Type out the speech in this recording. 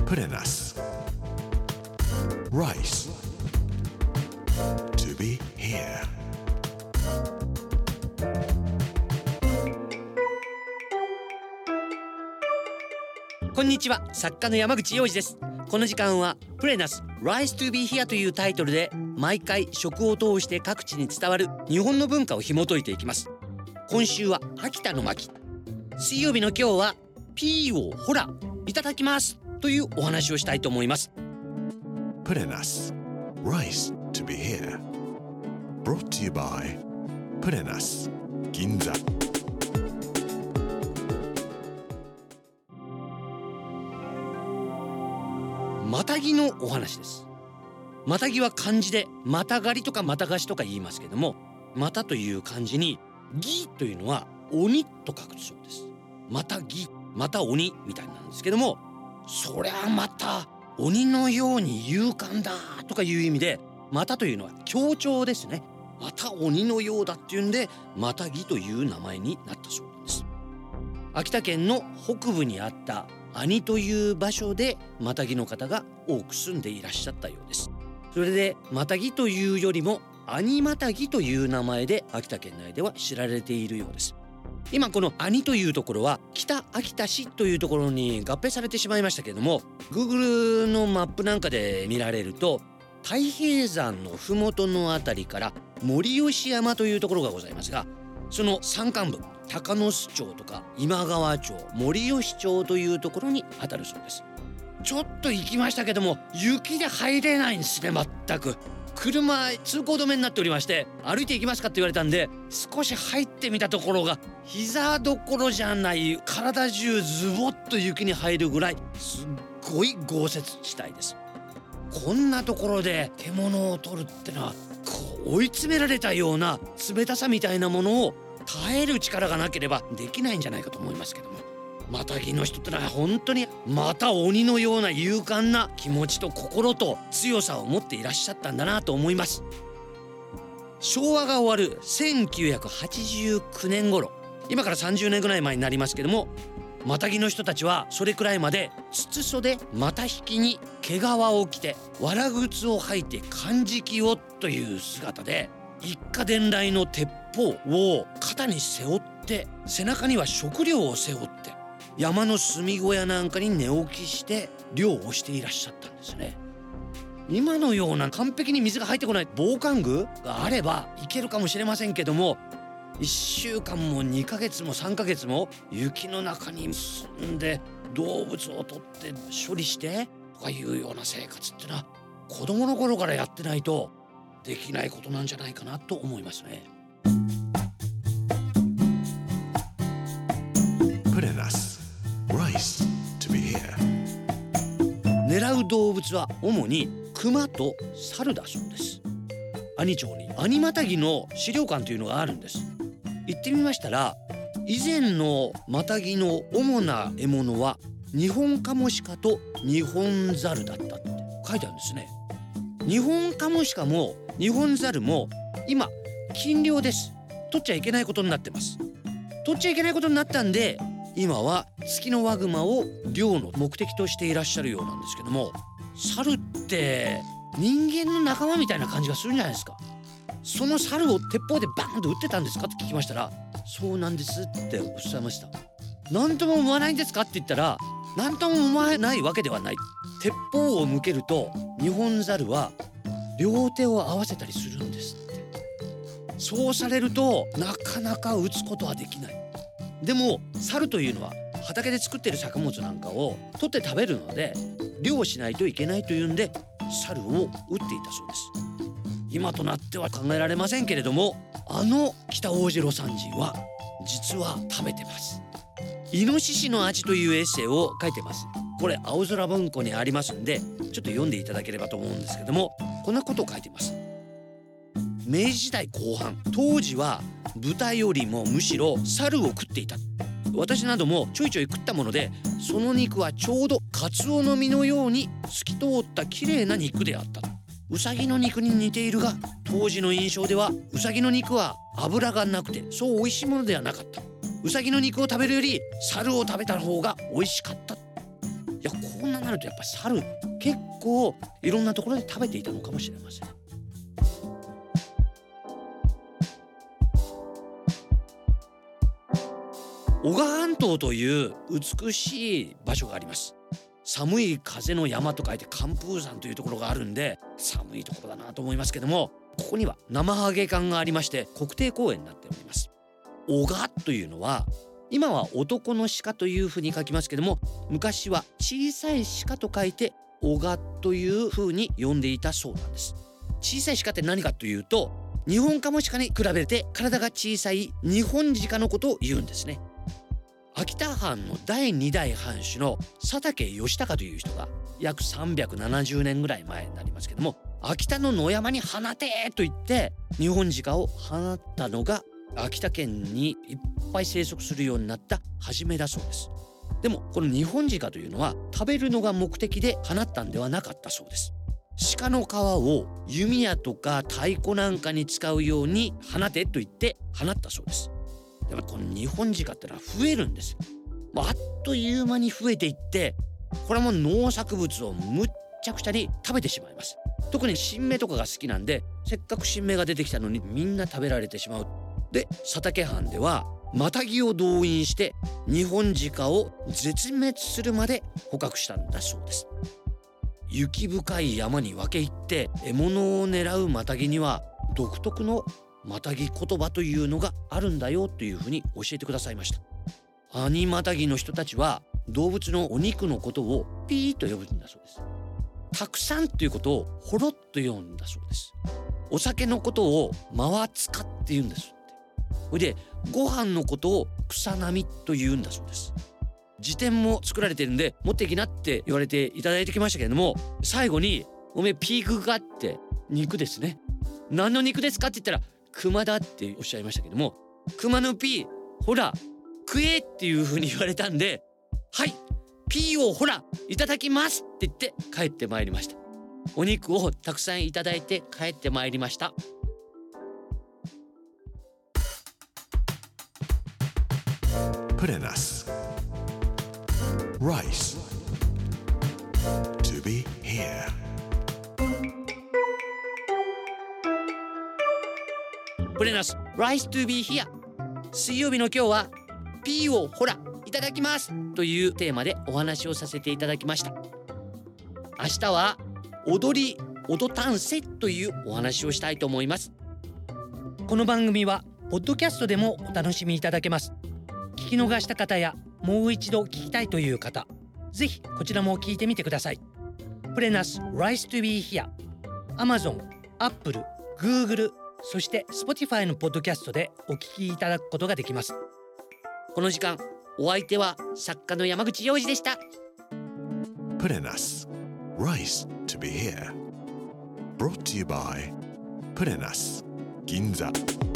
Put in us rice to be here. こんにちは、作家の山口洋二です。この時間はプレナス Rise to be here というタイトルで毎回食を通して各地に伝わる日本の文化を紐解いていきます。今週は秋田の巻、水曜日の今日はピーをほらいただきますというお話をしたいと思います。 Put in us rice to be here. Brought to you by Put in us 銀座。 またぎのお話です。またぎは漢字でまたがりとかまたがしとか言いますけども、またという漢字にぎというのは鬼と書くそうです。またぎ、また鬼みたいなんですけども、そりゃまた鬼のように勇敢だとかいう意味で、またというのは強調ですね。また鬼のようだっていうんでまたぎという名前になったそうなんです。秋田県の北部にあった阿仁という場所でマタギの方が多く住んでいらっしゃったようです。それでマタギというよりも阿仁マタギという名前で秋田県内では知られているようです。今この阿仁というところは北秋田市というところに合併されてしまいましたけれども、 Google のマップなんかで見られると太平山のふもとのあたりから森吉山というところがございますが、その山間部高野須町とか今川町、森吉町というところにあたるそうです。ちょっと行きましたけども雪で入れないんですね。全く車通行止めになっておりまして、歩いて行きますかって言われたんで少し入ってみたところが膝どころじゃない、体中ズボッと雪に入るぐらいすっごい豪雪地帯です。こんなところで獣を取るってのは追い詰められたような冷たさみたいなものを耐える力がなければできないんじゃないかと思いますけども、マタギの人ってのは本当にまた鬼のような勇敢な気持ちと心と強さを持っていらっしゃったんだなと思います。昭和が終わる1989年頃、今から30年ぐらい前になりますけども、マタギの人たちはそれくらいまで筒袖股引きに毛皮を着てわら靴を履いてかんじきをという姿で一家伝来の鉄砲を肩に背負って、背中には食料を背負って山の住み小屋なんかに寝起きして漁をしていらっしゃったんですね。今のような完璧に水が入ってこない防寒具があればいけるかもしれませんけども、1週間も2ヶ月も3ヶ月も雪の中に住んで動物を取って処理してとかいうような生活ってのは子供の頃からやってないとできないことなんじゃないかなと思いますね。 Put in us rice to be here. 狙う動物は主に熊と猿だそうです。阿仁町に阿仁マタギの資料館というのがあるんです。行ってみましたら、以前のマタギの主な獲物はニホンカモシカとニホンザルだったって書いてあるんですね。ニホンカモシカもニホンザルも今禁猟です。取っちゃいけないことになってます。取っちゃいけないことになったんで今はツキノワグマを猟の目的としていらっしゃるようなんですけども、猿って人間の仲間みたいな感じがするんじゃないですか。その猿を鉄砲でバーンと撃ってたんですかって聞きましたら、そうなんですっておっしゃいました。何とも思わないんですかって言ったら、何とも思わないわけではない。鉄砲を向けるとニホンザルは両手を合わせたりするんですって。そうされるとなかなか撃つことはできない。でも猿というのは畑で作っている作物なんかを取って食べるので猟しないといけないというんで猿を撃っていたそうです。今となっては考えられませんけれども、あの北大城山人は実は食べてます。イノシシの味というエッセイを書いてます。これ青空文庫にありますんでちょっと読んでいただければと思うんですけども、こんなことを書いてます。明治時代後半、当時は豚よりもむしろ猿を食っていた。私などもちょいちょい食ったもので、その肉はちょうどカツオの身のように透き通った綺麗な肉であった。ウサギの肉に似ているが、当時の印象ではウサギの肉は脂がなくてそう美味しいものではなかった。ウサギの肉を食べるより猿を食べた方が美味しかった。いや、 こんななるとやっぱ猿結構いろんなところで食べていたのかもしれません。男鹿半島という美しい場所があります。寒い風の山と書いて寒風山というところがあるんで、寒いところだなと思いますけども、ここには生ハゲ館がありまして、国定公園になっております。男鹿というのは今は男の鹿というふうに書きますけども、昔は小さい鹿と書いて男鹿というふうに呼んでいたそうなんです。小さい鹿って何かというと、ニホンカモシカに比べて体が小さいニホンジカのことを言うんですね。秋田藩の第2代藩主の佐竹義孝という人が約370年ぐらい前になりますけども、秋田の野山に放てと言ってニホンジカを放ったのが秋田県にいっぱい生息するようになった初めだそうです。でもこのニホンジカというのは食べるのが目的で放ったんではなかったそうです。鹿の皮を弓矢とか太鼓なんかに使うように放てと言って放ったそうです。でもこのニホンジカってのは増えるんです。あっという間に増えていって、これはもう農作物をむっちゃくちゃに食べてしまいます。特に新芽とかが好きなんで、せっかく新芽が出てきたのにみんな食べられてしまう。で佐竹藩ではマタギを動員してニホンジカを絶滅するまで捕獲したんだそうです。雪深い山に分け入って獲物を狙うマタギには独特のマタギ言葉というのがあるんだよというふうに教えてくださいました。アニマタギの人たちは動物のお肉のことをピーと呼ぶんだそうです。たくさんということをほろっと呼んだそうです。お酒のことをマワツカって言うんですって。それでご飯のことを草並みと言うんだそうです。辞典も作られてるんで持ってきなって言われていただいてきましたけれども、最後におめえピークがあって肉ですね、何の肉ですかって言ったら熊だっておっしゃいましたけども、熊のピーほら食えっていう風に言われたんで、はいピーをほらいただきますって言って帰ってまいりました。お肉をたくさんいただいて帰ってまいりました。 Purenas. Rice. To be here. プレナス Rice to be here。 水曜日の今日はピーをほらいただきますというテーマでお話をさせていただきました。明日は踊り踊たんせというお話をしたいと思います。この番組はポッドキャストでもお楽しみいただけます。聞き逃した方やもう一度聞きたいという方、ぜひこちらも聞いてみてください。プレナス Rice to be here、Amazon、Apple、Google、そして Spotify のポッドキャストでお聞きいただくことができます。この時間、お相手は作家の山口洋二でした。 Purenas. Rice to be here. Brought to you by Purenas. Ginza.